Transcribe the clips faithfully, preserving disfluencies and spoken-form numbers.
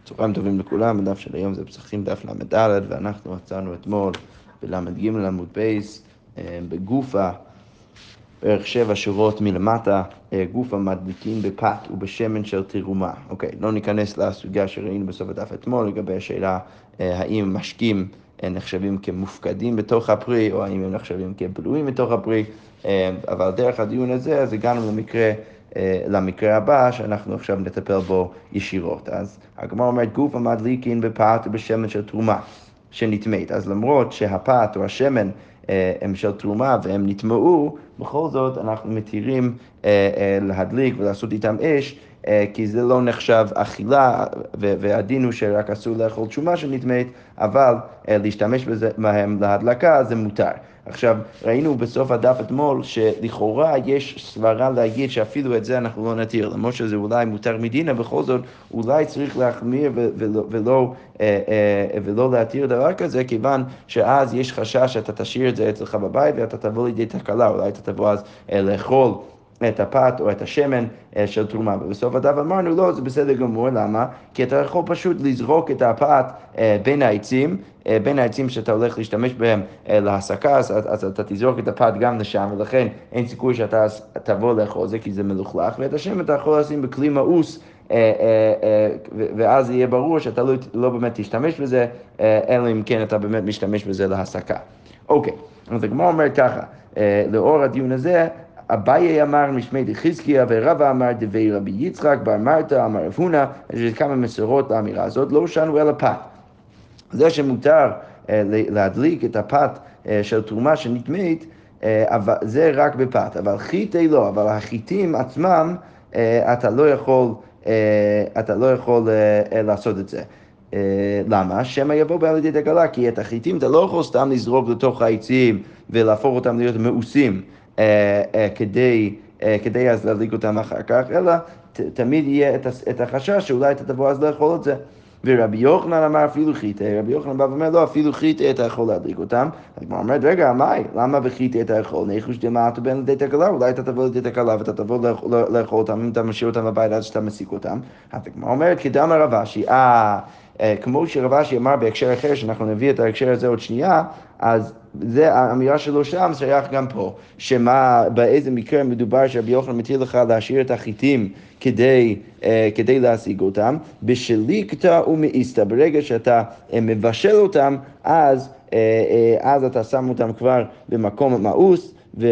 צהריים טובים לכולם, הדף של היום זה פסחים דף למד, ואנחנו מצאנו אתמול בלמד ג' עמוד בייס, בגופה, בערך שבע שורות מלמטה, גופה מדליקים בפת ובשמן של תרומה. אוקיי, לא ניכנס לסוגיה שראינו בסוף הדף אתמול, לגבי השאלה האם משקים נחשבים כמופקדים בתוך הפרי, או האם הם נחשבים כבלויים בתוך הפרי, אבל דרך הדיון הזה, אז הגענו למקרה, למקרה הבא שאנחנו עכשיו נטפל בו ישירות. אז הגמרא אומרת, גופה מדליקין בפת ובשמן של תרומה שנטמאת. אז למרות שהפת או השמן הם של תרומה והם נטמעו, בכל זאת אנחנו מתירים להדליק ולעשות איתם אש, כי זה לא נחשב אכילה, והדין הוא שרק אסור לאכול תשומה שנטמאת, אבל להשתמש בהם להדלקה זה מותר. עכשיו, ראינו בסוף הדף אתמול שלכאורה יש סברה להגיד שאפילו את זה אנחנו לא נתיר, למרות שזה אולי מותר מדינה, בכל זאת אולי צריך להחמיר ולא, ולא, ולא להתיר דבר כזה, כיוון שאז יש חשש שאתה תשאיר את זה אצלך בבית ואתה תבוא לידי תקלה, אולי אתה תבוא אז לאכול את הפת או את השמן של תרומה. ובסוף הדף אמרנו, לא, זה בסדר גמור, למה? כי אתה יכול פשוט לזרוק את הפת בין העצים, בין העצים שאתה הולך להשתמש בהם להסקה, אז, אז אתה תזרוק את הפת גם לשם, ולכן אין סיכוי שאתה תבוא לאכול זה, כי זה מלוכלך, ואת השמן אתה יכול לשים בכלי מאוס, ואז יהיה ברור שאתה לא, לא באמת תשתמש בזה, אלא אם כן אתה באמת משתמש בזה להסקה. אוקיי, אז הגמרא אומר ככה, לאור הדיון הזה, אביי אמר משמי דחזקיה ורבא אמר דבי רבי יצחק בר מרתא אמר רב הונא, יש כמה מסורות לאמירה הזאת, לא שנו אלא פת. זה שמותר להדליק את הפת של תרומה שנטמאת, זה רק בפת, אבל חיטי לא, אבל החיטים עצמם אתה לא יכול, אתה לא יכול לעשות את זה. למה? שמא יבוא בעל ידי תקלה, כי את החיטים אתה לא יכול סתם לזרוק לתוך העצים ולהפוך אותם להיות מאוסים, כדי, כדי אז להדליק אותם אחר כך, אלא תמיד יהיה את החשש שאולי אתה תבוא אז לאכול את זה. ורבי יוחנן אמר אפילו חיטי, רבי יוחנן בא ואומר, לא, אפילו חיטי אתה יכול להדליק אותם. הגמרא אומרת, רגע, מאי, למה בחיטי אתה יכול? ניחוש דמעתו בין לידי תקלה, אולי אתה תבוא לידי תקלה ואתה תבוא לאכול אותם, אם אתה משאיר אותם בבית עד שאתה מסיק אותם. הגמרא אומרת, כדאמר רב אשי, אה, כמו שרב אשי אמר בהקשר אחר, שאנחנו נביא את ההקשר הזה עוד שנייה, אז זה האמירה שלו שם, שייך גם פה, שמה, באיזה מקרה מדובר שרבי יוחנן מתיר לך להשאיר את החיטים כדי, כדי להשיג אותם, בשליקתא ומאיסתא, ברגע שאתה מבשל אותם, אז, אז אתה שם אותם כבר במקום מאוס, ו...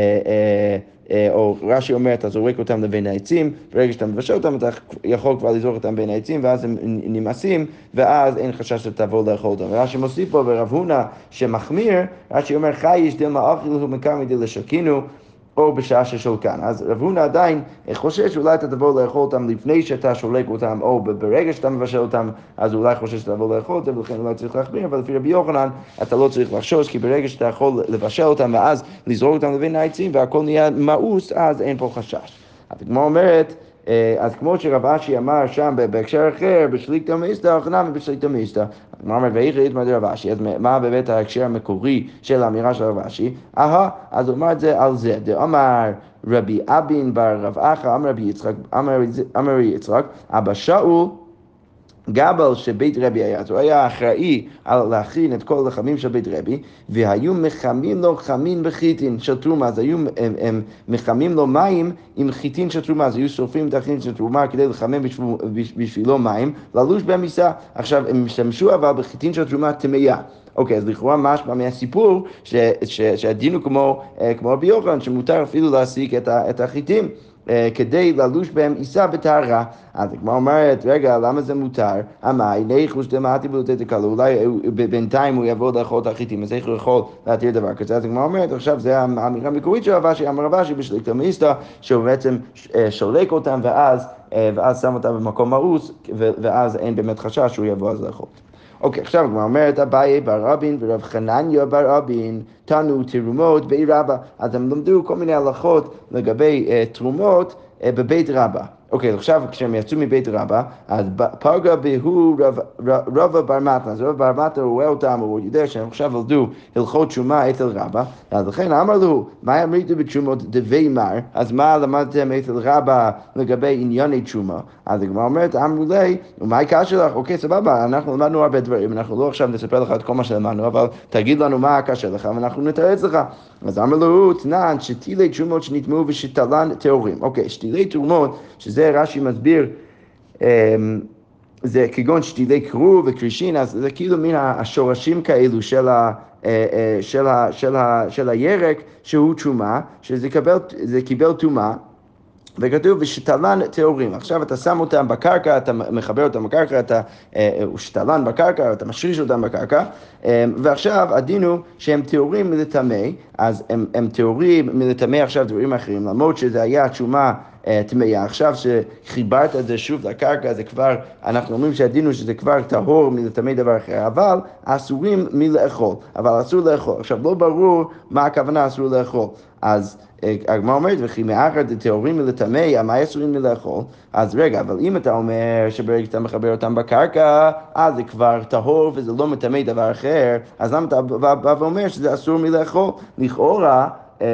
או רש"י אומר, אתה זורק אותם לבין העצים, ברגע שאתה מבשל אותם, אתה יכול כבר לזרוק אותם בין העצים, ואז הם נמאסים, ואז אין חשש שתבוא לאכול אותם. רש"י מוסיף פה ברב הונא שמחמיר, רש"י אומר, חי יש דילמה אכיל הוא מקמי דלשקינו, או בשעה ששולקן. אז רב הונא עדיין חושש שאולי אתה תבוא לאכול אותם לפני שאתה שולק אותם, או ברגע שאתה מבשל אותם, אז אולי חושש שאתה תבוא לאכול אותם, ולכן אולי צריך להחמיר, אבל לפי רבי יוחנן אתה לא צריך לחשוש, כי ברגע שאתה יכול לבשל אותם, ואז לזרוק אותם לבין העצים, והכל נהיה מאוס, אז אין פה חשש. הגמרא אומרת, אז כמו שרב אשי אמר שם בהקשר אחר, בשליקתא ומאיסתא, חנמי בשליקתא ומאיסתא. הגמרא אומרת, ואיכא איתמר דרב אשי, אז מה באמת ההקשר המקורי של האמירה של רב אשי? אהה, אז הוא אמר את זה על זה. דאמר רבי אבין בר רב אחא, אמר רבי יצחק, אמר רבי יצחק, אבא שאול, גבל שבית רבי היה, הוא היה אחראי על להכין את כל הלחמים של בית רבי, והיו מחמים לו חמין בחיטין של תרומה, אז היו הם, הם מחמים לו מים עם חיטין של תרומה, אז היו שורפים את החיטין של תרומה כדי לחמם בשביל, בשבילו מים, ללוש במיסה. עכשיו הם השתמשו אבל בחיטין של תרומה טמאה. אוקיי, אז לכאורה משמע מהסיפור ש, ש, שהדין הוא כמו, כמו רבי יוחנן, שמותר אפילו להסיק את, ה, את החיטים, כדי ללוש בהם עיסה בטהרה. אז כמו אומרת, רגע, למה זה מותר? אמי, ניחוש דמעתי בלתי תקלה, אולי בינתיים הוא יבוא לאכול את החיטים, אז איך הוא יכול להתיר דבר כזה? אז כמו אומרת, עכשיו זה האמירה המקורית של רב אשי, אמר רב אשי בשליקתא ומאיסתא, שהוא בעצם שולק אותם ואז, ואז שם אותם במקום מאוס, ואז אין באמת חשש שהוא יבוא אז לאכול. אוקיי, עכשיו כבר אומרת, אביי בר רבין ורב חנניה בר רבין תנו תרומות בעיר רבא. אז הם למדו כל מיני הלכות לגבי uh, תרומות uh, בבית רבא. אוקיי, עכשיו כשהם יצאו מבית רבא, אז פגע בהו רבא בר מתנא, אז רבא בר מתנא רואה אותם, הוא יודע שהם עכשיו עלדו הלכות תשומה אצל רבא, אז לכן אמר לו, מה אמריתו בתשומות דבי מר, אז מה למדתם אצל רבא לגבי ענייני תשומה? אז הגמרא אומרת, אמרו לי, ומה הקשה שלך? אוקיי, סבבה, אנחנו למדנו הרבה דברים, אנחנו לא עכשיו נספר לך את כל מה שלמדנו, אבל תגיד לנו מה הקשה לך, ואנחנו נתרץ לך. אז אמר לו, תנן, שתילי תשומות שנטמעו ושתלן טהורים. אוקיי, שתילי תרומות, שזה רש"י מסביר, זה כגון שתילי כרוב וקרישין, אז זה כאילו מן השורשים כאלו של ה... של, ה, של, ה, של הירק שהוא תשומה, שזה קיבל, זה קיבל תומה, וכתוב ושתלן טהורים. עכשיו אתה שם אותם בקרקע, אתה מחבר אותם בקרקע, אתה שתלן בקרקע, אתה משריש אותם בקרקע, ועכשיו הדין הוא שהם טהורים מלטמא, אז הם, הם טהורים מלטמא עכשיו דברים אחרים, למרות שזה היה תשומה טמאה. עכשיו שחיברת את זה שוב לקרקע, זה כבר, אנחנו אומרים שהדין הוא שזה כבר טהור מלטמא דבר אחר, אבל אסורים מלאכול, אבל אסור לאכול. עכשיו לא ברור מה הכוונה אסור לאכול, אז הגמרא אומרת, וכי מאחר דטהורים מלטמא, מה אסורים מלאכול? אז רגע, אבל אם אתה אומר שברגע אתה מחבר אותם בקרקע, אז זה כבר טהור וזה לא מטמא דבר אחר, אז למה אתה בא ואומר שזה אסור מלאכול? לכאורה,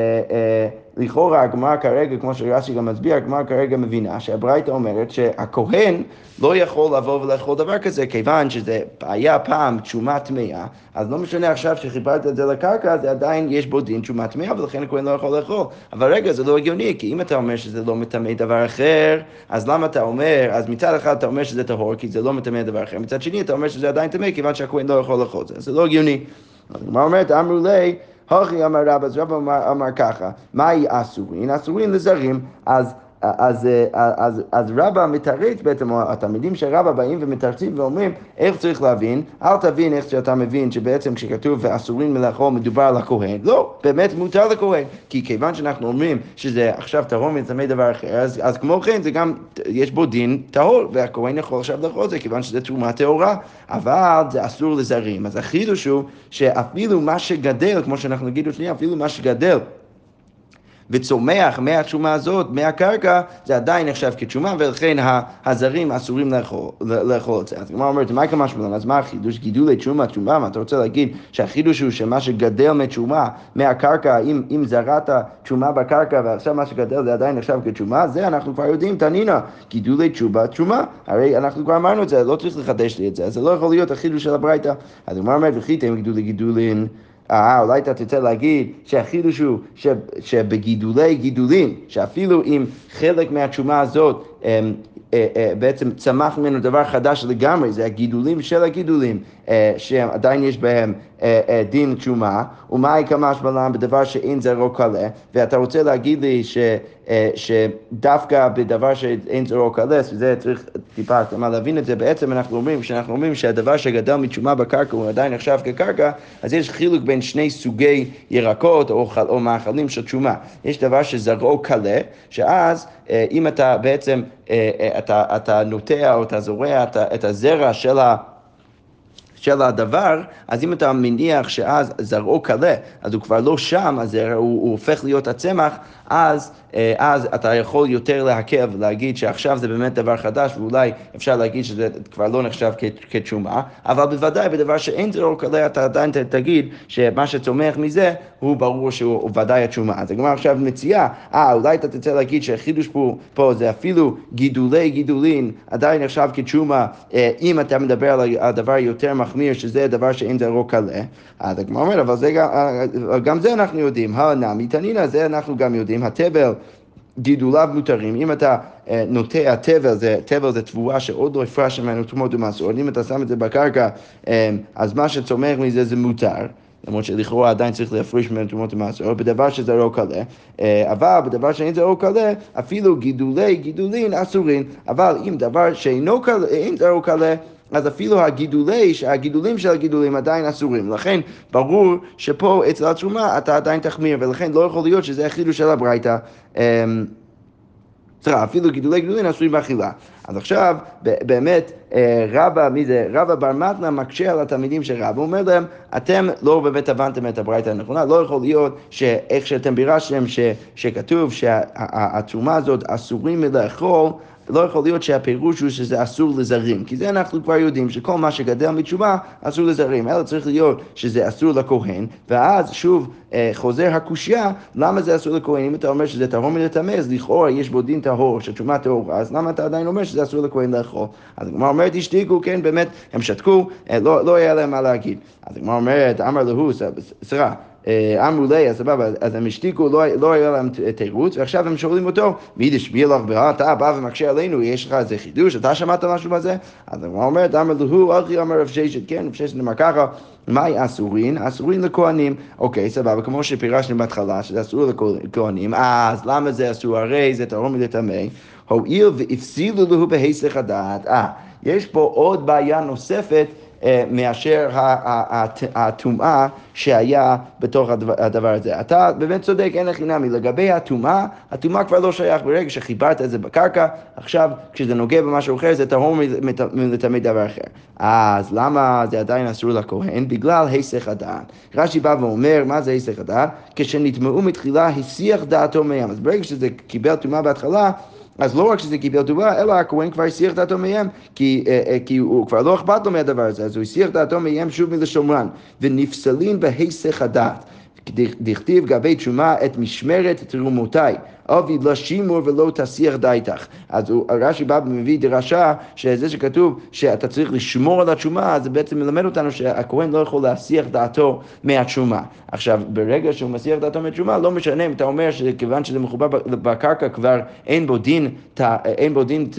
לכאורה הגמרא כרגע, כמו שרש"י גם מסביר, הגמרא כרגע מבינה שהברייתא אומרת שהכהן לא יכול לבוא ולאכול דבר כזה, כיוון שזה היה פעם תשומה טמאה, אז לא משנה עכשיו שחיברת את זה לקרקע, זה עדיין יש בו דין תשומה טמאה, ולכן הכהן לא יכול לאכול. אבל רגע, זה לא הגיוני, כי אם אתה אומר שזה לא מטמא דבר אחר, אז למה אתה אומר, אז מצד אחד אתה אומר שזה טהור, כי זה לא מטמא דבר אחר, מצד שני אתה אומר שזה עדיין טמא, כיוון שהכהן לא יכול לאכול את זה, זה לא הגיוני. הגמרא אומרת, אמרו לי, הכי אמר רבא, אז רבא אמר, אמר ככה, מהי אסורין? אסורין לזרים, אז, אז, אז, אז רבא מתרץ בעצם, התלמידים של רבא באים ומתרצים ואומרים, איך צריך להבין? אל תבין איך שאתה מבין שבעצם כשכתוב אסורין מלאכול מדובר על הכהן, לא, באמת מותר לכהן, כי כיוון שאנחנו אומרים שזה עכשיו טהור מטמא דבר אחר, אז, אז כמו כן זה גם, יש בו דין טהור, והכהן יכול עכשיו לאכול את זה, כיוון שזה תרומה טהורה, אבל זה אסור לזרים. אז החידוש הוא שאפילו מה שגדל, כמו שאנחנו נגיד שנייה, אפילו מה שגדל, וצומח מהתשומה הזאת, מהקרקע, זה עדיין נחשב כתשומה, ולכן הזרים אסורים לאכול את זה. אז כמו אומרת, מה כמה שמלן? אז מה החידוש? גידולי תשומה, תשומה, מה אתה רוצה להגיד? שהחידוש הוא שמה שגדל מתשומה, מהקרקע, אם, אם זרעת תשומה בקרקע, ועכשיו מה שגדל זה עדיין נחשב כתשומה, זה אנחנו כבר יודעים, תנינה, גידולי תשובה, תשומה. הרי אנחנו כבר אמרנו את זה, לא צריך לחדש לי את זה, אז זה לא יכול להיות החידוש של הברייתא. אז כמו אומרת, וחיתם גידולי גידולין, אה, אולי אתה תרצה להגיד שהחידוש הוא שבגידולי גידולים, שאפילו אם חלק מהתשומה הזאת בעצם צמח ממנו דבר חדש לגמרי, זה הגידולים של הגידולים, שעדיין יש בהם דין תשומה, ומה יקמש בלם בדבר שאין זרעו קלה, ואתה רוצה להגיד לי ש, שדווקא בדבר שאין זרעו קלה, וזה צריך טיפה כמה להבין את זה, בעצם אנחנו אומרים, כשאנחנו אומרים שהדבר שגדל מתשומה בקרקע הוא עדיין נחשב כקרקע, אז יש חילוק בין שני סוגי ירקות או, או מאכלים של תשומה. יש דבר שזרעו קלה, שאז אם אתה בעצם, אתה, אתה נוטע או אתה זורע את הזרע של ה... של הדבר, אז אם אתה מניח שאז זרעו קלה, אז הוא כבר לא שם, אז הוא, הוא הופך להיות הצמח, אז, אז אתה יכול יותר להקל ולהגיד שעכשיו זה באמת דבר חדש, ואולי אפשר להגיד שזה כבר לא נחשב כתשומה, אבל בוודאי בדבר שאין זרעו קלה, אתה עדיין תגיד שמה שצומח מזה, הוא ברור שהוא ודאי התשומה. אז הגמרא עכשיו מציעה, אה, אולי אתה תצא להגיד שהחידוש פה, פה זה אפילו גידולי גידולין, עדיין נחשב כתשומה, אם אתה מדבר על הדבר יותר מחמיר, שזה דבר שאין זרעו קלה. אז הגמרא אומר, אבל זה גם, גם זה אנחנו יודעים, הנמי תנינא, זה אנחנו גם יודעים, התבל גידוליו מותרים, אם אתה נוטע תבל, זה, תבל זה תבואה שעוד לא הפרש ממנו תרומות ומסורת, אם אתה שם את זה בקרקע, אז מה שצומח מזה זה מותר, למרות שלכאורה עדיין צריך להפריש ממנו תרומות ומסורת, בדבר שזרעו קלה, אבל בדבר שאין זרעו קלה, אפילו גידולי גידולין אסורין, אבל אם דבר שאינו קלה, אין זרעו קלה, אז אפילו הגידולי, הגידולים של הגידולים עדיין אסורים. לכן ברור שפה אצל התרומה אתה עדיין תחמיר, ולכן לא יכול להיות שזה החידוש של הברייתא. סליחה, אפילו גידולי גידולים אסורים באכילה. אז עכשיו, באמת, רבא, מי זה? רבא בר מתנא מקשה על התלמידים של רבא, הוא אומר להם, אתם לא באמת הבנתם את הברייתא הנכונה, לא יכול להיות שאיך שאתם בירשתם שכתוב שהתרומה הזאת אסורים מלאכול, לא יכול להיות שהפירוש הוא שזה אסור לזרים, כי זה אנחנו כבר יודעים שכל מה שגדל מתשובה אסור לזרים, אלא צריך להיות שזה אסור לכהן, ואז שוב חוזר הקושיה, למה זה אסור לכהן? אם אתה אומר שזה טהור מלטמא, אז לכאורה יש בו דין טהור, שתשומה טהור, אז למה אתה עדיין אומר שזה אסור לכהן לאכול? אז הגמרא אומרת, השתיקו, כן, באמת, הם שתקו, לא, לא היה להם מה להגיד. אז הגמרא אומרת, אמר להו, סליחה, אמרו לי, סבבה, אז הם השתיקו, לא, לא היה להם תירוץ, ועכשיו הם שואלים אותו, מי דשביע לך בה, אתה בא ומקשה עלינו, יש לך איזה חידוש, אתה שמעת משהו בזה? אז הגמרא אומרת, אמר להו, אחי אמר רב ששת, כן, רב ששת אמר ככה, מהי אסורין? אסורין לכהנים. אוקיי, סבבה, כמו שפירשנו בהתחלה, שזה אסור לכהנים, אז למה זה אסור? הרי זה טהור מלטמא, הואיל והפסילו לו בהיסח הדעת. אה, יש פה עוד בעיה נוספת, מאשר הטומאה שהיה בתוך הדבר הזה. אתה באמת צודק, אין לך נמי. לגבי הטומאה, הטומאה כבר לא שייך. ברגע שחיברת את זה בקרקע, עכשיו כשזה נוגע במשהו אחר, זה טהור מלטמא דבר אחר. אז למה זה עדיין אסור לכהן? בגלל היסח הדעת. רש"י בא ואומר, מה זה היסח הדעת? כשנטמאו מתחילה הסיח דעתו מהם. אז ברגע שזה קיבל טומאה בהתחלה, אז לא רק שזה קיבל טומאה, אלא הכהן כבר הסיח דעתו מהם, כי, כי הוא כבר לא אכפת לו מהדבר הזה, אז הוא הסיח דעתו מהם שוב מלשומרן, ונפסלין בהיסח הדעת. דכתיב גבי תשומה את משמרת תרומותיי, אבי לא שימור ולא תסיח דעתך. אז רש"י בא ומביא דרשה שזה שכתוב שאתה צריך לשמור על התשומה, אז זה בעצם מלמד אותנו שהכהן לא יכול להסיח דעתו מהתשומה. עכשיו, ברגע שהוא מסיח דעתו מהתשומה, לא משנה אם אתה אומר שכיוון שזה מחובר בקרקע כבר אין בו דין, אין בו דין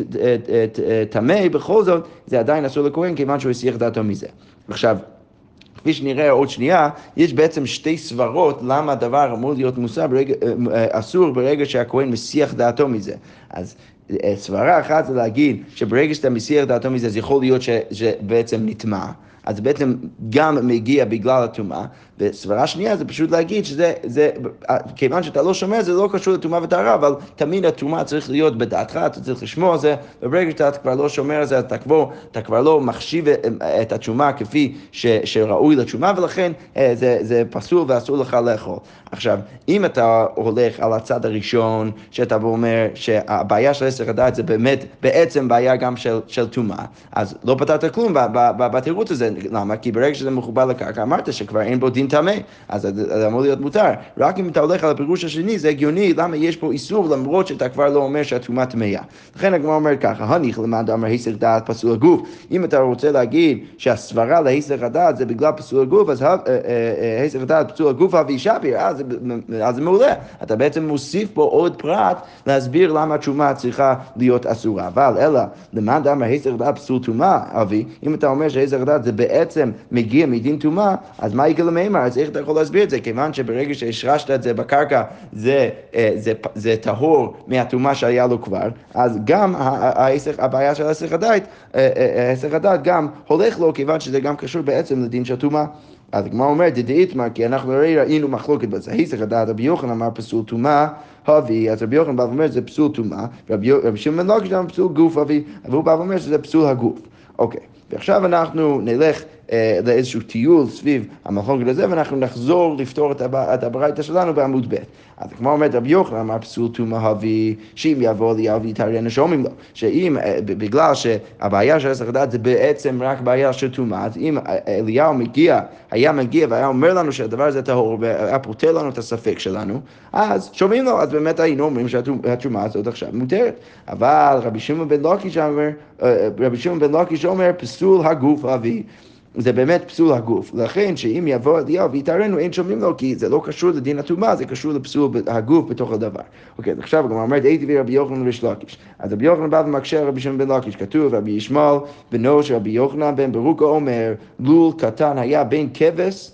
טמא, בכל זאת זה עדיין אסור לכהן כיוון שהוא הסיח דעתו מזה. עכשיו, כפי שנראה עוד שנייה, יש בעצם שתי סברות למה הדבר אמור להיות מוסר ברגע, אסור ברגע שהכהן מסיח דעתו מזה. אז סברה אחת זה להגיד שברגע שאתה מסיח דעתו מזה, אז יכול להיות שבעצם נטמע. אז בעצם גם מגיע בגלל הטומאה, וסברה שנייה זה פשוט להגיד שזה, זה, כיוון שאתה לא שומר, זה לא קשור לטומאה וטהרה, אבל תמיד הטומאה צריך להיות בדעתך, אתה צריך לשמור על זה, וברגע שאתה כבר לא שומר על זה, אתה כבר, אתה כבר לא מחשיב את הטומאה כפי ש, שראוי לטומאה, ולכן זה, זה פסול ואסור לך לאכול. עכשיו, אם אתה הולך על הצד הראשון, שאתה אומר שהבעיה של היסח הדעת זה באמת, בעצם בעיה גם של, של טומאה, אז לא פתרת כלום בתירוץ הזה. למה? כי ברגע שזה מחובר לקרקע, אמרת שכבר אין בו דין טמא, אז זה אמור להיות מותר. רק אם אתה הולך על הפירוש השני, זה הגיוני, למה יש פה איסור, למרות שאתה כבר לא אומר שהטומאה טמאה. לכן הגמרא אומר ככה, הניח למד אמר היסח דעת פסול הגוף. אם אתה רוצה להגיד שהסברה להיסח הדעת זה בגלל פסול הגוף, אז היסח דעת פסול הגוף אבי שפיר, אז זה מעולה. אתה בעצם מוסיף פה עוד פרט להסביר למה הטומאה צריכה להיות אסורה. אבל אלא למד אמר היסח דעת פסול טומאה, אבי, אם אתה אומר שהיסח דעת זה בעצם מגיע מדין טומאה, אז מה יקרה למימר? אז איך אתה יכול להסביר את זה? כיוון שברגע שהשרשת את זה בקרקע, זה, זה, זה טהור מהטומאה שהיה לו כבר, אז גם הבעיה של היסח הדעת, היסח הדעת גם הולך לו, כיוון שזה גם קשור בעצם לדין של טומאה. אז הגמרא אומרת, דדאיתמר, כי אנחנו ראינו מחלוקת בזה. היסח הדעת, רבי יוחנן אמר פסול טומאה, אבי, אז רבי יוחנן בא ואומר שזה פסול טומאה, רבי שמעון בן לקיש אמר פסול גוף אבי, והוא בא ואומר שזה פסול הגוף. אוקיי. ועכשיו אנחנו נלך אה, לאיזשהו טיול סביב המחלוקת הזה, ואנחנו נחזור לפתור את, הבא, את הברייתא שלנו בעמוד ב'. אז כמו אומרת רבי יוחנן, אמר פסול טומאה אבי, שאם יבוא אליהו ויתרענה שומעים לו, שאם, בגלל שהבעיה של היסח הדעת זה בעצם רק בעיה של טומאה, אז אם אליהו מגיע, היה מגיע והיה אומר לנו שהדבר הזה טהור, והיה פותר לנו את הספק שלנו, אז שומעים לו, אז באמת היינו אומרים שהטומאה הזאת עכשיו מותרת. אבל רבי שמעון בן לקיש אומר, רבי שמעון בן לקיש אומר, פסול הגוף אבי. זה באמת פסול הגוף. לכן שאם יבוא אליהו ויתרענו, אין שומעים לו, כי זה לא קשור לדין הטומאה, זה קשור לפסול הגוף בתוך הדבר. אוקיי, עכשיו גם אומרת, הייתי ורבי יוחנן וריש לקיש. אז רבי יוחנן בא ומקשה רבי שמעון בן לקיש, כתוב רבי ישמעאל בנו של רבי יוחנן בן ברוקה אומר, לול קטן היה בין כבש,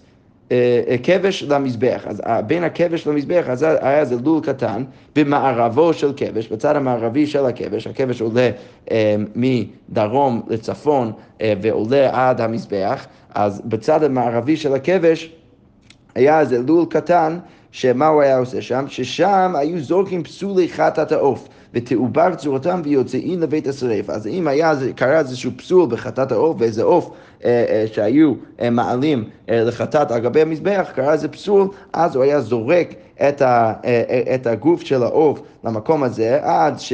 כבש למזבח. אז בין הכבש למזבח, אז היה זה לול קטן במערבו של כבש, בצד המערבי של הכבש, הכבש עולה מדרום לצפון ועולה עד המזבח, אז בצד המערבי של הכבש היה איזה לול קטן, שמה הוא היה עושה שם? ששם היו זורקים פסולי חטאת העוף, ותעובר צורתם ויוצאים לבית השרף. אז אם היה, קרה איזשהו פסול בחטאת העוף, ואיזה עוף אה, אה, שהיו אה, מעלים אה, לחטאת על גבי המזבח, קרה איזה פסול, אז הוא היה זורק את, ה, אה, את הגוף של העוף למקום הזה, עד ש...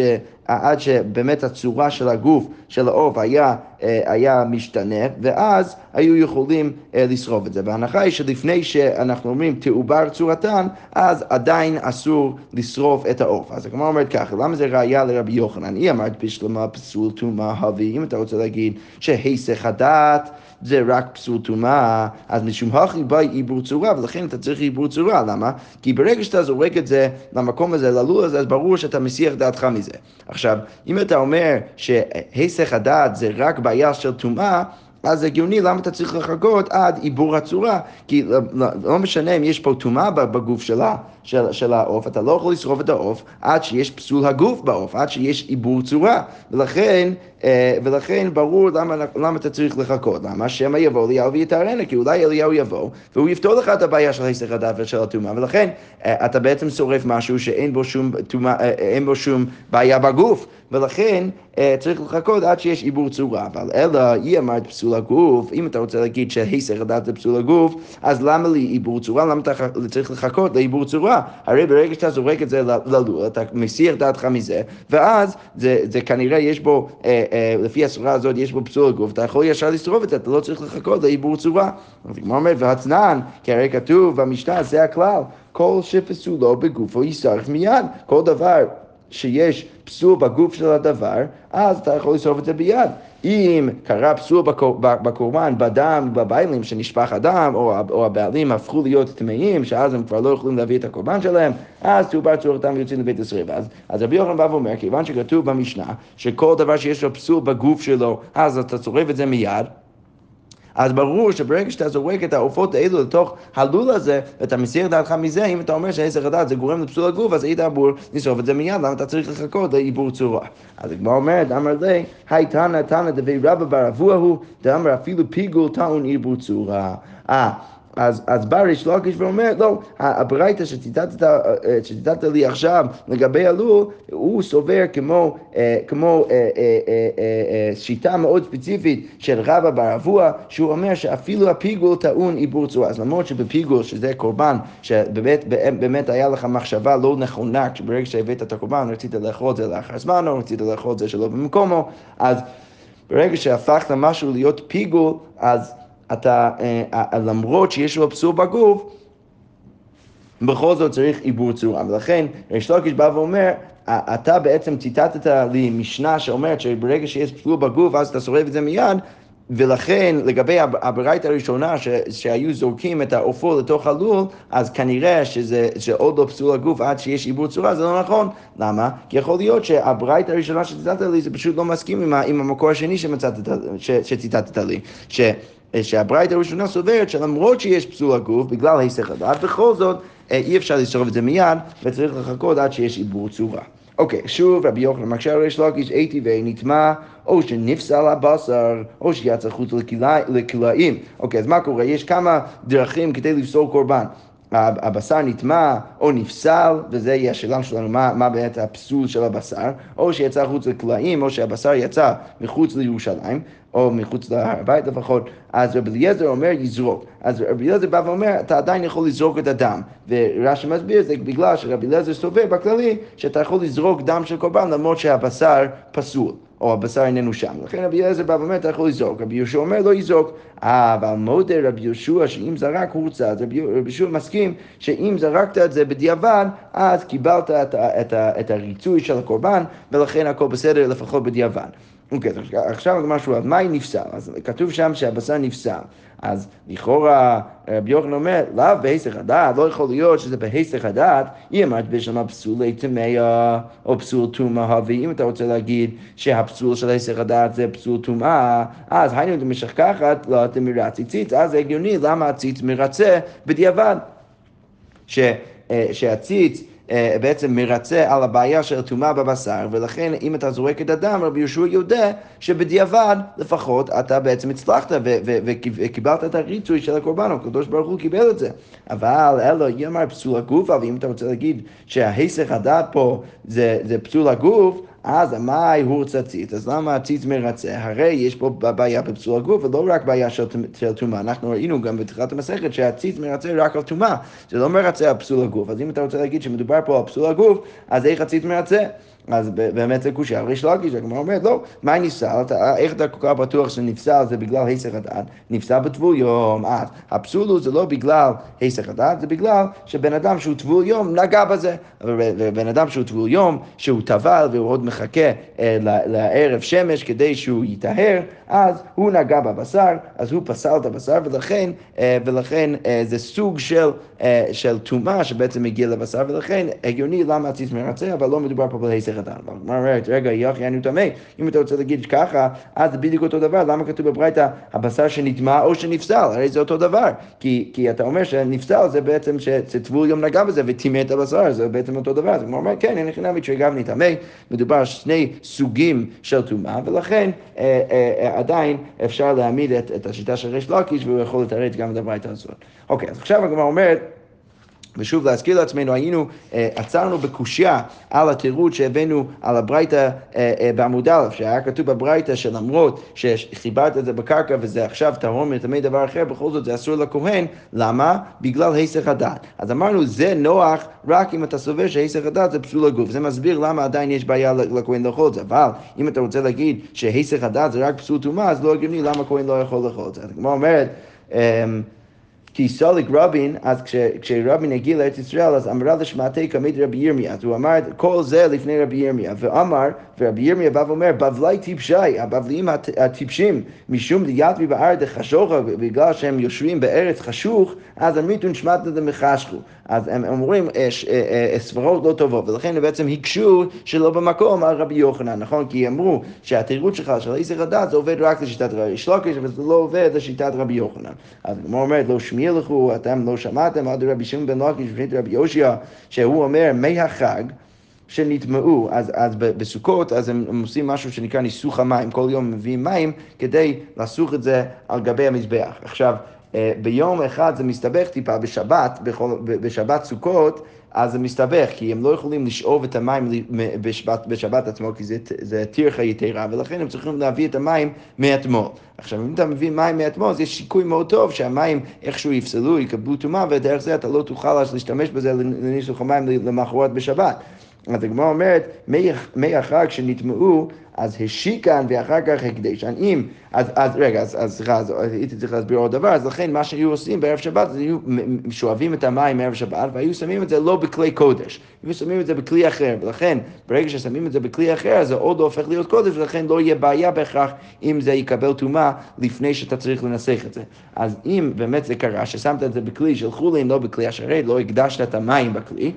עד שבאמת הצורה של הגוף של העוף היה, היה משתנה, ואז היו יכולים לשרוף את זה. וההנחה היא שלפני שאנחנו אומרים תעובר צורתן, אז עדיין אסור לשרוף את העוף. אז הגמרא אומרת ככה, למה זה ראיה לרבי יוחנן? היא אמרת בשלמה פסול טומאה הווי, אם אתה רוצה להגיד שהיסח הדעת זה רק פסול טומאה, אז משום הכי בא עיבור צורה, ולכן אתה צריך עיבור צורה. למה? כי ברגע שאתה זורק את זה למקום הזה, ללול הזה, אז ברור שאתה מסיח דעתך מזה. עכשיו, אם אתה אומר שהיסח הדעת זה רק בעיה של טומאה, אז הגיוני למה אתה צריך לחכות עד עיבור הצורה, כי לא, לא, לא משנה אם יש פה טומאה בגוף שלה, של, של העוף, אתה לא יכול לשרוף את העוף עד שיש פסול הגוף בעוף, עד שיש עיבור צורה, ולכן, אה, ולכן ברור למה, למה אתה צריך לחכות, למה שמא יבוא אליהו ויתארנה, כי אולי אליהו יבוא, והוא יפתור לך את הבעיה של היסח הדעת ושל הטומאה, ולכן אה, אתה בעצם שורף משהו שאין בו שום, טומאה, אה, אין בו שום בעיה בגוף, ולכן אה, צריך לחכות עד שיש עיבור צורה, אבל אלא היא אמרת פסול הגוף, אם אתה רוצה להגיד שהיסח הדעת זה פסול הגוף, אז למה לי עיבור צורה? למה אתה צריך לחכות לעיבור צורה? הרי ברגע שאתה זורק את זה ללול, אתה מסיח דעתך מזה, ואז זה, זה כנראה יש בו, אה, אה, לפי הסברה הזאת יש בו פסול הגוף, אתה יכול ישר לשרוף את זה, אתה לא צריך לחכות לעיבור צורה. אז כמו אומרת, והצנן, כי הרי כתוב במשנה, זה הכלל, כל שפסולו בגופו יישרף מיד, כל דבר שיש פסול בגוף של הדבר, אז אתה יכול לשרוף את זה ביד. אם קרה פסול בקורבן, בדם, בבעלים שנשפך הדם, או, או הבעלים הפכו להיות טמאים, שאז הם כבר לא יכולים להביא את הקורבן שלהם, אז תעובר צורתם ויוצאים לבית ישראל. אז, אז רבי יוחנן בא ואומר, כיוון שכתוב במשנה, שכל דבר שיש לו פסול בגוף שלו, אז אתה צורף את זה מיד, אז ברור שברגע שאתה זורק את העופות האלו לתוך הלול הזה, ואתה מסיר דעתך מזה, אם אתה אומר שהיסח הדעת זה גורם לפסול הגוף, אז היית אמור לשרוף את זה מיד, למה אתה צריך לחכות לעיבור צורה? אז הגמרא אומרת, אמר לי, היי תנא תנא דבי רבא בר אבוה הוא, דאמר אפילו פיגול טעון עיבור צורה. אה, אז, אז בא ריש לקיש ואומר, לא, הברייתא שציטטת לי עכשיו לגבי הלול, הוא סובר כמו, כמו שיטה מאוד ספציפית של רבא בר אבוה, שהוא אומר שאפילו הפיגול טעון עיבור צורה. אז למרות שבפיגול, שזה קורבן, שבאמת באמת היה לך מחשבה לא נכונה, ברגע שהבאת את הקורבן, רצית לאכול את זה לאחר זמן, או רצית לאכול את זה שלא במקומו, אז ברגע שהפכת משהו להיות פיגול, אז אתה, למרות שיש לו פסול בגוף, בכל זאת צריך עיבור צורה. ולכן, ריש לקיש בא ואומר, אתה בעצם ציטטת לי משנה שאומרת שברגע שיש פסול בגוף, אז אתה שורף את זה מיד, ולכן לגבי הברייתא הראשונה ש, שהיו זורקים את העופות לתוך הלול, אז כנראה שזה, שעוד לא פסול הגוף עד שיש עיבור צורה, זה לא נכון. למה? כי יכול להיות שהברייתא הראשונה שציטטת לי, זה פשוט לא מסכים עם, עם המקור השני שציטטת לי. ש... שהברייתא הראשונה סוברת שלמרות שיש פסול הגוף, בגלל היסח הדעת, בכל זאת אי אפשר לשרוף את זה מיד, וצריך לחכות עד שיש עיבור צורה. אוקיי, שוב רבי יוחנן מקשה ריש לקיש, איתי ונטמע, או שנפסל הבשר, או שיצא חוץ לכלאים. אוקיי, אז מה קורה? יש כמה דרכים כדי לפסול קורבן. הבשר נטמע או נפסל, וזה יהיה השאלה שלנו, מה, מה באמת הפסול של הבשר, או שיצא חוץ לכלאים, או שהבשר יצא מחוץ לירושלים, או מחוץ להר הבית לפחות, אז רבי אליעזר אומר יזרוק. אז רבי אליעזר בא ואומר, אתה עדיין יכול לזרוק את הדם. ורש"י מסביר, זה בגלל שרבי אליעזר סובר בכללי, שאתה יכול לזרוק דם של קורבן, למרות שהבשר פסול. או הבשר איננו שם. לכן רבי אליעזר בא ואומר, אתה יכול לזרוק. רבי יהושע אומר, לא יזרוק. אה, אבל מודה רבי יהושע שאם זרק הורצה, אז רבי יהושע מסכים שאם זרקת את זה בדיעבד, אז קיבלת את, את, את הריצוי של הקורבן, ולכן הכל בסדר לפחות בדיעבד. אוקיי, עכשיו משהו, אז מהי נפסל? אז כתוב שם שהבשר נפסל. אז לכאורה רבי יוחנן אומר, לאו בהיסח הדעת, לא יכול להיות שזה בהיסח הדעת, היא אמרת בשלמה פסולי טמאה או פסול טומאה, ואם אתה רוצה להגיד שהפסול של היסח הדעת זה פסול טומאה, אז היינו אתה משכחת, לא אתה מרצה ציץ, אז זה הגיוני למה הציץ מרצה בדיעבד, ש, שהציץ בעצם מרצה על הבעיה של טומאה בבשר, ולכן אם אתה זורק את הדם, רבי יהושע יודע שבדיעבד לפחות אתה בעצם הצלחת וקיבלת את הריצוי של הקורבן, הקדוש ברוך הוא קיבל את זה. אבל אלו, היא אמר פסול הגוף, ואם אתה רוצה להגיד שההיסח הדעת פה זה, זה פסול הגוף, אז המאי הוא ציץ, אז למה הציץ מרצה? הרי יש פה בעיה בפסול הגוף, ולא רק בעיה של טומאה. אנחנו ראינו גם בתחילת המסכת שהציץ מרצה רק על טומאה, זה לא מרצה על פסול הגוף. אז אם אתה רוצה להגיד שמדובר פה על פסול הגוף, אז איך הציץ מרצה? אז באמת זה קושי, הרי שלקיש, הגמרא אומרת, לא, מה נפסל? איך אתה כל כך בטוח שנפסל זה בגלל היסח הדעת? נפסל בטבול יום, אז הפסול הוא זה לא בגלל היסח הדעת, זה בגלל שבן אדם שהוא טבול יום נגע בזה, ובן אדם שהוא טבול יום, שהוא טבל והוא עוד מחכה לערב שמש כדי שהוא יטהר, אז הוא נגע בבשר, אז הוא פסל את הבשר, ולכן, ולכן זה סוג של, של טומאה שבעצם מגיע לבשר, ולכן הגיוני למה הציץ מרצה, אבל לא מדובר פה בהיסח הדעת. מה אומרת, רגע, יחי אני טמא, אם אתה רוצה להגיד ככה, אז זה בדיוק אותו דבר, למה כתוב בברייתא הבשר שנטמא או שנפסל? הרי זה אותו דבר, כי, כי אתה אומר שנפסל זה בעצם שטבול יום נגע בזה וטימא את הבשר, זה בעצם אותו דבר. אז הוא אומר, כן, אין חינמית שגם נטמא, מדובר על שני סוגים של טומאה, ולכן אה, אה, עדיין אפשר להעמיד את, את השיטה של ריש לקיש, והוא יכול לתרץ גם את הברייתא הזאת. אוקיי, אז עכשיו הגמרא אומרת, ושוב להזכיר לעצמנו, היינו, אה, עצרנו בקושיה על התירוץ שהבאנו על הברייתא אה, אה, בעמוד א', שהיה כתוב בברייתא שלמרות שחיברת את זה בקרקע וזה עכשיו טהור מטמא דבר אחר, בכל זאת זה אסור לכהן, למה? בגלל היסח הדעת. אז אמרנו זה נוח רק אם אתה סובר שהיסח הדעת זה פסול הגוף, זה מסביר למה עדיין יש בעיה לכהן לאכול את זה, אבל אם אתה רוצה להגיד שהיסח הדעת זה רק פסול טומאה, אז לא הגיוני למה כהן לא יכול לאכול את זה. כמו אומרת, כי סוליק רבין, אז כש, כשרבין הגיע לארץ ישראל, אז אמרה לשמעתי כמית רבי ירמיה, אז הוא אמר כל זה לפני רבי ירמיה, ואמר, ורבי ירמיה בא ואומר, בבלי טיפשי, הבבליים הטיפשים, משום דיאטרי בארץ חשוכה, בגלל שהם יושבים בארץ חשוך, אז המיתון שמעת את מחשכו. אז הם אומרים, סברות לא טובות, ולכן הם בעצם הקשו שלא במקום על רבי יוחנן, נכון? כי אמרו שהתירוץ שלך של היסח הדעת זה עובד רק לשיטת ריש לקיש, אבל זה לא עובד לשיטת רבי יוחנן. אז כמו אומרת, לא שמי לכו, אתם לא שמעתם עד רבי שמעון בן לקיש ושנית רבי יושע, שהוא אומר, מי החג שנטמעו, אז, אז בסוכות, אז הם, הם עושים משהו שנקרא ניסוך המים, כל יום מביאים מים כדי לסוך את זה על גבי המזבח. עכשיו, ביום אחד זה מסתבך טיפה, בשבת, בכל, בשבת סוכות, אז זה מסתבך, כי הם לא יכולים לשאוב את המים בשבת, בשבת עצמו, כי זה, זה תירחה יתרה, ולכן הם צריכים להביא את המים מאתמול. עכשיו, אם אתה מביא מים מאתמול, אז יש שיקוי מאוד טוב שהמים איכשהו יפסלו, יקבלו טומאה, ודרך זה אתה לא תוכל להשתמש בזה לניסוך המים למחרת בשבת. אז הגמרא אומרת, מי החג שנטמעו, אז השיקן ואחר כך הקדשן. אם, אז, אז רגע, אז, אז סליחה, אז הייתי צריך להסביר עוד דבר, אז לכן מה שהיו עושים בערב שבת, אז היו שואבים את המים מערב שבת, והיו שמים את זה לא בכלי קודש, היו שמים את זה בכלי אחר, ולכן ברגע ששמים את זה בכלי אחר, אז זה עוד לא הופך להיות קודש, ולכן לא יהיה בעיה בהכרח אם זה יקבל טומאה לפני שאתה צריך לנסח את זה. אז אם באמת זה קרה, ששמת את זה בכלי של חולין, לא בכלי השרת, לא הקדשת את המים בכלי,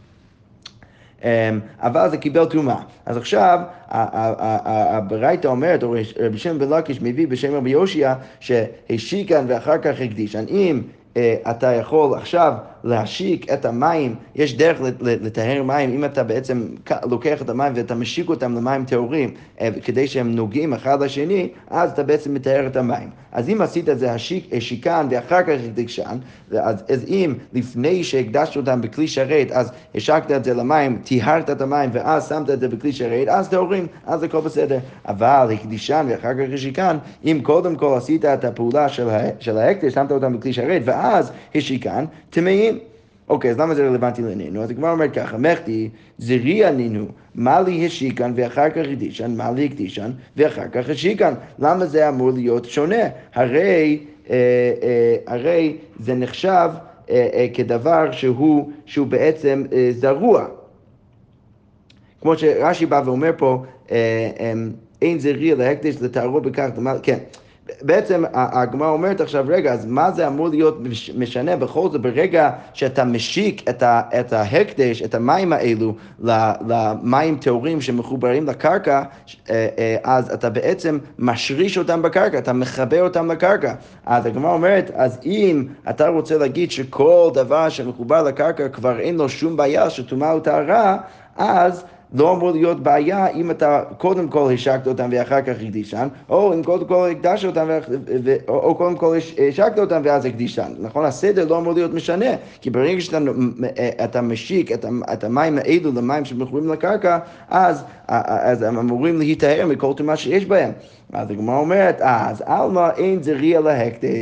אבל זה קיבל טומאה. אז עכשיו, הברייתא אומרת, או רבי שמעון בן לקיש מביא בשם רבי יושע, שהשיקן ואחר כך הקדישן. אם אתה יכול עכשיו להשיק את המים, יש דרך לטהר מים, אם אתה בעצם לוקח את המים ואתה משיק אותם למים טהורים, כדי שהם נוגעים אחד לשני, אז אתה בעצם מטהר את המים. אז אם עשית את זה השיק, השיקן ואחר כך הקדישן, אז, אז אם לפני שהקדשת אותם בכלי שרת, אז השקת את זה למים, טיהרת את המים ואז שמת את זה בכלי שרת, אז טהורים, אז הכל בסדר. אבל הקדישן ואחר כך השיקן, אם קודם כל עשית את הפעולה של, של ההקדש, שמת אותם בכלי שרת ואז השיקן, טמאים. אוקיי, אז למה זה רלוונטי לענינו? אז כבר אומר ככה, מחתי, זרי ענינו, מה לי השיקן ואחר כך הקדישן, מה לי הקדישן ואחר כך השיקן. למה זה אמור להיות שונה? הרי, אה, אה, הרי זה נחשב אה, אה, כדבר שהוא, שהוא בעצם אה, זרוע. כמו שרש"י בא ואומר פה, אה, אה, אין זרי להקדש לטהרו בכך, כן. בעצם הגמרא אומרת עכשיו, רגע, אז מה זה אמור להיות משנה בכל זאת ברגע שאתה משיק את, ה, את ההקדש, את המים האלו למים טהורים שמחוברים לקרקע, אז אתה בעצם משריש אותם בקרקע, אתה מחבר אותם לקרקע. אז הגמרא אומרת, אז אם אתה רוצה להגיד שכל דבר שמחובר לקרקע כבר אין לו שום בעיה שטומאה או טהרה, אז לא אמור להיות בעיה אם אתה קודם כל השקת אותם ואחר כך הקדישן, או אם קודם כל הקדשת אותם, ו... או קודם כל השקת אותם ואז הקדישן. נכון? הסדר לא אמור להיות משנה, כי ברגע שאתה משיק את, את המים האלו למים שמחוברים לקרקע, אז, אז הם אמורים להיטהר מכל טומאה שיש בהם. אז הגמרא אומרת, אז אלמה אין זריע להקדש,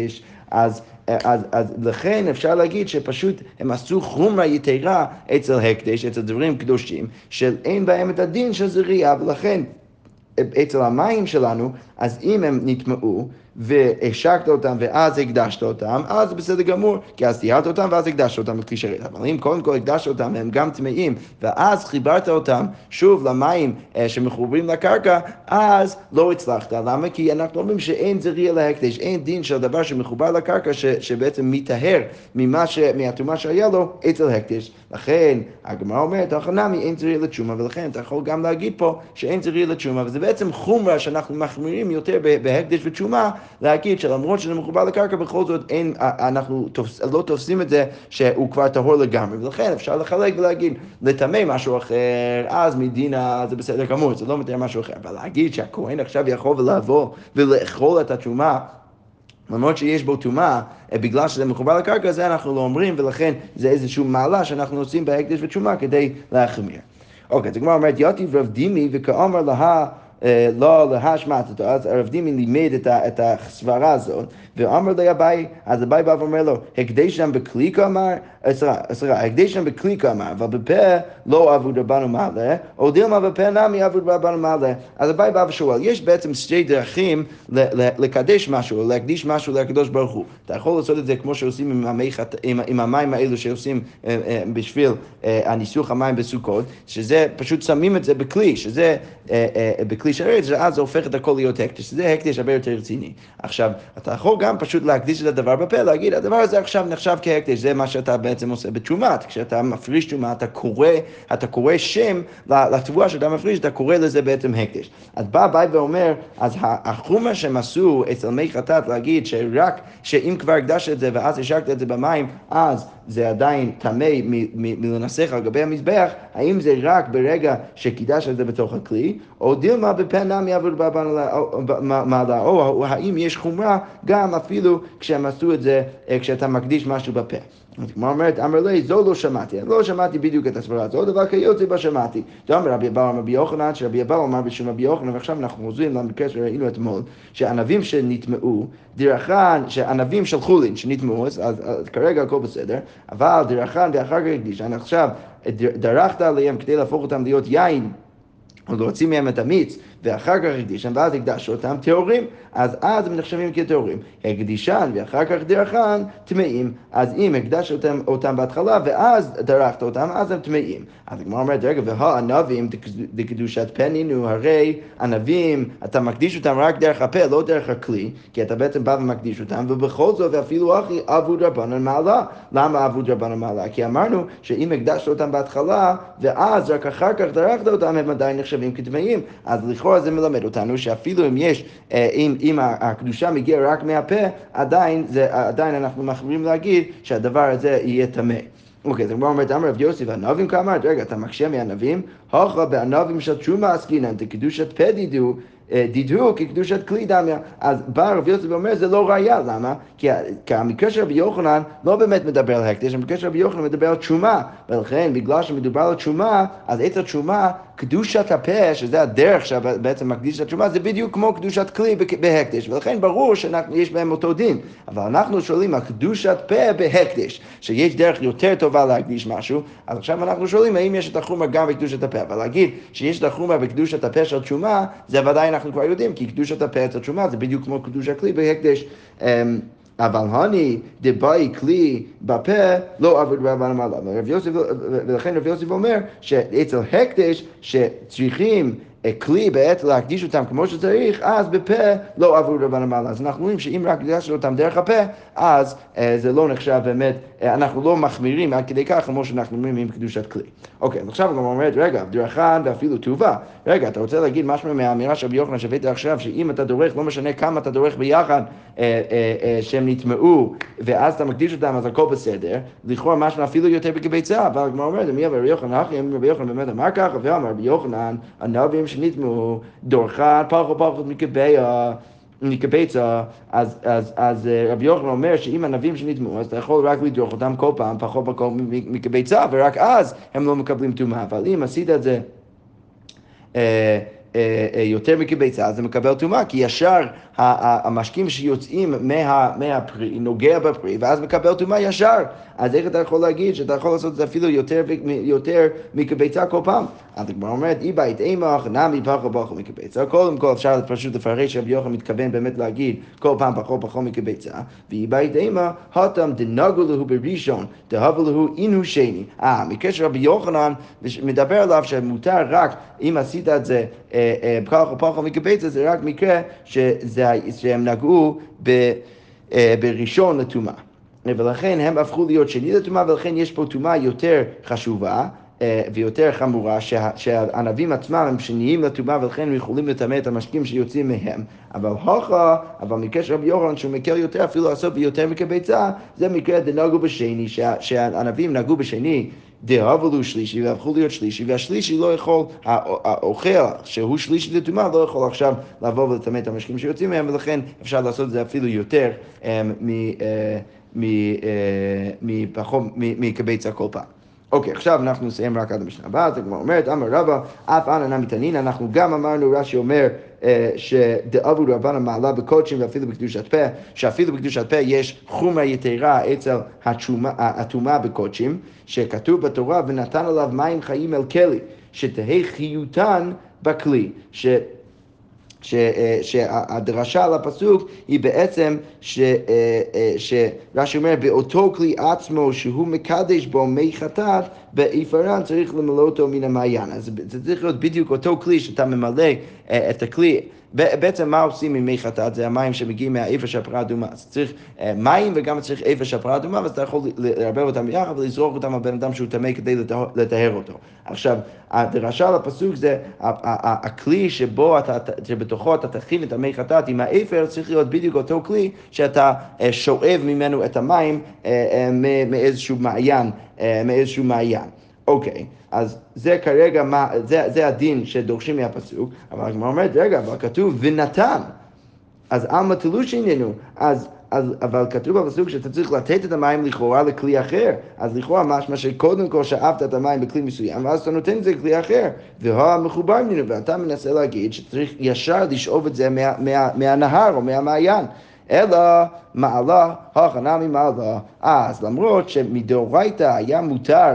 אז, אז, אז לכן אפשר להגיד שפשוט הם עשו חומרה יתרה אצל הקדש, אצל דברים קדושים, שאין בהם את הדין של זריעה, ולכן אצל המים שלנו, אז אם הם נטמעו, והשקת אותם ואז הקדשת אותם, אז בסדר גמור, כי אז טיהרת אותם ואז הקדשת אותם בכלי שרת. אבל אם קודם כל הקדשת אותם והם גם טמאים, ואז חיברת אותם שוב למים שמחוברים לקרקע, אז לא הצלחת. למה? כי אנחנו אומרים שאין זריע להקדש, אין דין של דבר שמחובר לקרקע ש, שבעצם מתאהר ממה ש, מהתרומה שהיה לו אצל הקדש. לכן הגמרא אומרת, החנמי אין זריע לתשומה, ולכן אתה יכול גם להגיד פה שאין זריע לתשומה, וזה בעצם חומרה שאנחנו מחמירים יותר בהקדש ותשומה, להגיד שלמרות שזה מחובר לקרקע, בכל זאת אין, אנחנו תופס, לא תופסים את זה שהוא כבר טהור לגמרי, ולכן אפשר לחלק ולהגיד, לטמא משהו אחר, אז מדינה זה בסדר גמור, זה לא מתאר משהו אחר, אבל להגיד שהכהן עכשיו יכול ולבוא ולאכול את התשומה, למרות שיש בו טומאה, בגלל שזה מחובר לקרקע, זה אנחנו לא אומרים, ולכן זה איזשהו מעלה שאנחנו עושים בהקדש ותשומה כדי להחמיר. אוקיי, אז הגמרא אומרת, יתיב רב דימי וכאמר לה, לא להשמעת אותו, אז הרב דימי לימד את הסברה הזאת, ואמר לי אביי, אז אביי בא ואומר לו, הקדש שם בכלי כאמר, סליחה, הקדש שם בכלי כאמר, אבל בפה לא עבוד רבנו מעלה, או דילמה בפה נמי עבוד רבנו מעלה. אז אביי בא ושואל, יש בעצם שתי דרכים לקדש משהו, להקדיש משהו לקדוש ברוך הוא. אתה יכול לעשות את זה כמו שעושים עם, המח, עם, עם המים האלו שעושים בשביל הניסוך המים בסוכות, שזה פשוט שמים את זה בכלי, שזה בכלי שרת, שאז זה הופך את הכל להיות הקדש, שזה הקדש הרבה יותר רציני. עכשיו, אתה יכול גם פשוט להקדיש את הדבר בפה, להגיד, הדבר הזה עכשיו נחשב כהקדש, זה מה שאתה בעצם עושה בתשומה. כשאתה מפריש תשומה, אתה קורא, אתה קורא שם לתבואה שאתה מפריש, אתה קורא לזה בעצם הקדש. אז בא אביי ואומר, אז החומר שהם עשו אצל מי חטאת להגיד שרק, שאם כבר הקדשת את זה ואז השקת את זה במים, אז זה עדיין טמא מלנסח על גבי המזבח, האם זה רק ברגע שקידש את זה בתוך הכלי, או דילמה בפה נמי עבוד רבנו מעלה, או האם יש חומרה גם אפילו כשהם עשו את זה, כשאתה מקדיש משהו בפה. כמו אומרת, אמר לי, זו לא שמעתי, לא שמעתי בדיוק את הסברה, זו דבר כיוצא בה שמעתי. גם רבי אבא אמר רבי יוחנן, שרבי אבא אמר בשם רבי יוחנן, ועכשיו אנחנו חוזרים למקרה שראינו אתמול, שענבים שנטמעו, דרכן, שענבים של חולין שנטמעו, אז, אז, אז כרגע הכל בסדר, אבל דרכן ואחר כך הקדיש, אני עכשיו דרכת עליהם כדי להפוך אותם להיות יין, או להוציא מהם את המיץ, ואחר כך הקדישן, ואז הקדש אותם טהורים, אז אז הם נחשבים כטהורים. הקדישן ואחר כך דרכן טמאים, אז אם הקדש אותם, אותם בהתחלה, ואז דרכת אותם, אז הם טמאים. אז הגמרא אומרת, רגע, והענבים דקדושת פה נינו, הרי ענבים, אתה מקדיש אותם רק דרך הפה, לא דרך הכלי, כי אתה בעצם בא ומקדיש אותם, ובכל זאת, ואפילו אחי, עבוד רבנן מעלה. למה עבוד רבנן מעלה? כי אמרנו שאם הקדשת אותם בהתחלה, ואז רק אחר כך דרכת אותם, הם עדיין נחשבים כטמאים. אז לכאורה זה מלמד אותנו שאפילו אם יש, אם, אם הקדושה מגיעה רק מהפה, עדיין, זה, עדיין אנחנו מחמירים להגיד שהדבר הזה יהיה טמא. אוקיי, אז הגמרא אומרת, אמר רב יוסי, והענבים כאמרת, רגע, אתה מקשה מהענבים? הוכה בענבים של תשומה עסקינן, דקדושת פה דידו, דידו כקדושת כלי דמיה. אז בא רב יוסי ואומר, זה לא ראיה, למה? כי, כי המקרה של רבי יוחנן לא באמת מדבר על הקדש, המקרה של רבי יוחנן מדבר על תשומה, ולכן בגלל שמדובר על תשומה, אז את התשומה, קדושת הפה, שזה הדרך שבעצם מקדיש את התשומה, זה בדיוק כמו קדושת כלי בהקדש, ולכן ברור שיש בהם אותו דין, אבל אנחנו שואלים על קדושת פה בהקדש, שיש דרך יותר טובה להקדיש משהו, אז עכשיו אנחנו שואלים האם יש את החומר גם בקדושת הפה, אבל להגיד שיש את החומר בקדושת הפה של תשומה, זה ודאי אנחנו כבר יודעים, כי קדושת הפה של תשומה זה בדיוק כמו קדושת כלי בהקדש. אבל הני דבאי כלי בפה לא עבוד רבנן מעלה. ולכן רב יוסף אומר שאצל הקדש שצריכים כלי בעת להקדיש אותם כמו שצריך, אז בפה לא עבוד רבנן מעלה. אז אנחנו רואים שאם רק הקדשנו אותם דרך הפה, אז זה לא נחשב באמת, אנחנו לא מחמירים עד כדי כך כמו שאנחנו אומרים עם קדושת כלי. אוקיי, אז עכשיו גם אומרת, רגע, דרכן ואפילו טובה. רגע, אתה רוצה להגיד משהו מהאמירה של רבי יוחנן שהבאת עכשיו, שאם אתה דורך, לא משנה כמה אתה דורך ביחד, שהם נטמעו, ואז אתה מקדיש אותם, אז הכל בסדר. לכאורה משהו אפילו יותר בקביצה, אבל כמו אומרת, מי רבי יוחנן, אחי, רבי יוחנן באמת אמר ככה, ואמר רבי יוחנן, ענבים שנטמעו, דורכן פחות פחות מקביעה, מקביצה, אז, אז, אז רבי יוחנן אומר שאם ענבים שנטמעו, אז אתה יכול רק לדרוך אותם כל פעם, פחות פחות מקביצה, ורק אז הם לא מקבלים טומאה. אבל אם עשית את זה יותר מקביצה, אז זה מקבל טומאה, כי ישר המשקים שיוצאים מה, מהפרי, נוגע בפרי, ואז מקבל טומאה ישר. אז איך אתה יכול להגיד שאתה יכול לעשות את זה אפילו יותר, יותר מקביצה כל פעם? אז הגמרא אומרת, אי בית אימה, נמי פחות פחות מקביצה. קודם כל אפשר פשוט לפרש שרבי יוחנן מתכוון באמת להגיד כל פעם פחות פחות מקביצה. ואי בית אימה, התם דנגו להו בראשון, דהבו להו אינו שני. אה, מקרה שרבי יוחנן מדבר עליו שמותר רק אם עשית את זה פחות פחות מקביצה, זה רק מקרה שהם נגעו בראשון לטומאה. ולכן הם הפכו להיות שני לטומאה, ולכן יש פה טומאה יותר חשובה ויותר חמורה, שהענבים עצמם הם שניים לטומאה, ולכן הם יכולים לטמא את המשקים שיוצאים מהם. אבל הוכה, אבל מקרה של רבי יוחנן שהוא מקל יותר, אפילו לעשות ביותר מקביצה, זה מקרה דנגו בשני, שהענבים נגעו בשני, דהבו לו שלישי והפכו להיות שלישי, והשלישי לא יכול, האוכל שהוא שלישי לטומאה לא יכול עכשיו לבוא ולטמא את המשקים שיוצאים מהם, ולכן אפשר לעשות את זה אפילו יותר מפחות מקביצה כל פעם. אוקיי, עכשיו אנחנו נסיים רק עד המשנה הבאה. זה כבר אומרת, אמר רבא, אף אנא נמי תנינא, אנחנו גם אמרנו, רש"י אומר, שדאבו רבנן מעלה בקודשים ואפילו בקדושת פה, שאפילו בקדושת פה יש חומרה יתרה אצל הטומאה בקודשים, שכתוב בתורה, ונתן עליו מים חיים אל כלי, שתהא חיותן בכלי, ש... ש, שהדרשה על הפסוק היא בעצם שרש"י אומר באותו כלי עצמו שהוא מקדש בו מי חטאת, בעיפרן צריך למלא אותו מן המעיין. אז זה צריך להיות בדיוק אותו כלי שאתה ממלא את הכלי. בעצם מה עושים עם מי חטאת? זה המים שמגיעים מהאיבר של הפרה אדומה. אז צריך מים וגם צריך איבר של הפרה אדומה, ואז אתה יכול לרבב אותם ביחד ולזרוק אותם על בן אדם שהוא טמא כדי לטהר אותו. עכשיו, הדרשה לפסוק זה הכלי שבו אתה, שבתוכו אתה תכין את המי חטאת עם האיבר, צריך להיות בדיוק אותו כלי שאתה שואב ממנו את המים מאיזשהו מעיין, מאיזשהו מעיין. אוקיי, אז זה כרגע, מה, זה, זה הדין שדורשים מהפסוק, אבל הגמרא אומרת, רגע, אבל כתוב ונתן, אז עלמא תלוש עניינו, אז, אז, אבל כתוב בפסוק שאתה צריך לתת את המים לכאורה לכלי אחר, אז לכאורה משמע שקודם כל שאבת את המים בכלי מסוים, ואז אתה נותן את זה לכלי אחר, והוא מחובר ממנו, ואתה מנסה להגיד שצריך ישר לשאוב את זה מה, מה, מהנהר או מהמעיין. אלא מעלה, הכנה ממעלה. אז למרות שמדאורייתא היה מותר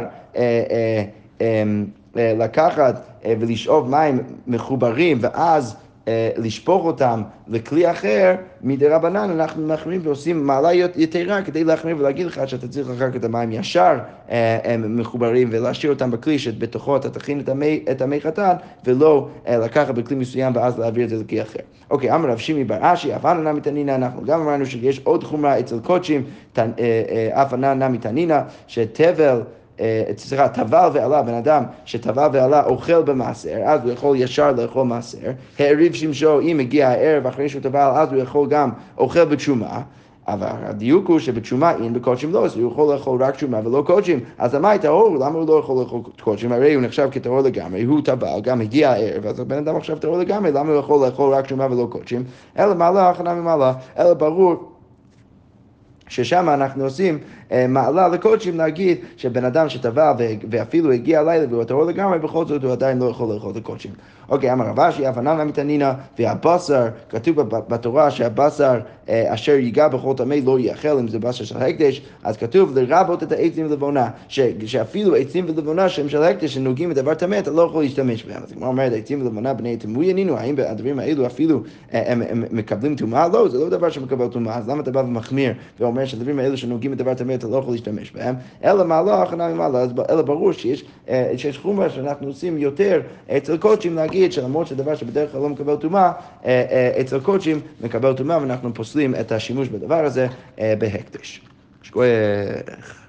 לקחת ולשאוב מים מחוברים ואז לשפוך אותם לכלי אחר, מדרבנן אנחנו מחמירים ועושים מעלה יתרה כדי להחמיר ולהגיד לך שאתה צריך לקחת את המים ישר מחוברים ולהשאיר אותם בכלי שבתוכו אתה תכין את המי חטאת, ולא לקחת בכלי מסוים ואז להעביר את זה לכלי אחר. אוקיי, אמר רב שימי בר אשי, אף אנא נמי תנינא, אנחנו גם אמרנו שיש עוד חומרה אצל קודשים, אף אנא נמי תנינא, שתבל סליחה, טבל ועלה, בן אדם שטבל ועלה אוכל במעשר, אז הוא יכול ישר לאכול מעשר. העריב שמשו, אם הגיע הערב אחרי שהוא טבל, אז הוא יכול גם אוכל בתשומה. אבל הדיוק הוא שבתשומה אין בקודשים לא, אז הוא יכול לאכול רק תשומה ולא קודשים. אז למה טהור? למה הוא לא יכול לאכול קודשים? הרי הוא נחשב כטהור לגמרי, הוא טבל, גם הגיע הערב, אז הבן אדם עכשיו טהור לגמרי, למה הוא יכול לאכול רק תשומה ולא קודשים? אלא מעלה, הכנה ממעלה, אלא ברור ששם אנחנו עושים מעלה לקודשים, להגיד שבן אדם שטבל ואפילו הגיע הלילה והוא טהור לגמרי, בכל זאת הוא עדיין לא יכול לאכול לקודשים. אוקיי, אמר רב אשי, אף אנא נמי תנינא, והבשר, כתוב בתורה שהבשר אשר ייגע בכל טמא לא יאכל, אם זה בשר של הקדש, אז כתוב לרבות את העצים ולבונה, שאפילו עצים ולבונה שהם של הקדש שנוגעים בדבר טמא, אתה לא יכול להשתמש בהם. אז כמו אומרת, העצים ולבונה בני תמוי ענינו, האם הדברים האלו אפילו הם מקבלים טומאה? לא, זה לא דבר שמקבל טומאה, אז למה אתה בא ומחמיר ואומר שהדברים האלו שנוגעים בדבר טמא אתה לא יכול להשתמש בהם? אלא מעלה, הכנה ממעלה, אלא ברור שיש שיש חומרה שאנחנו עושים יותר אצל קודשים להגיד שלמרות שדבר שבדרך כלל לא מקבל טומאה, אצל קודשים מקבל טומאה, ואנחנו פוסלים את השימוש בדבר הזה בהקדש. שכוח.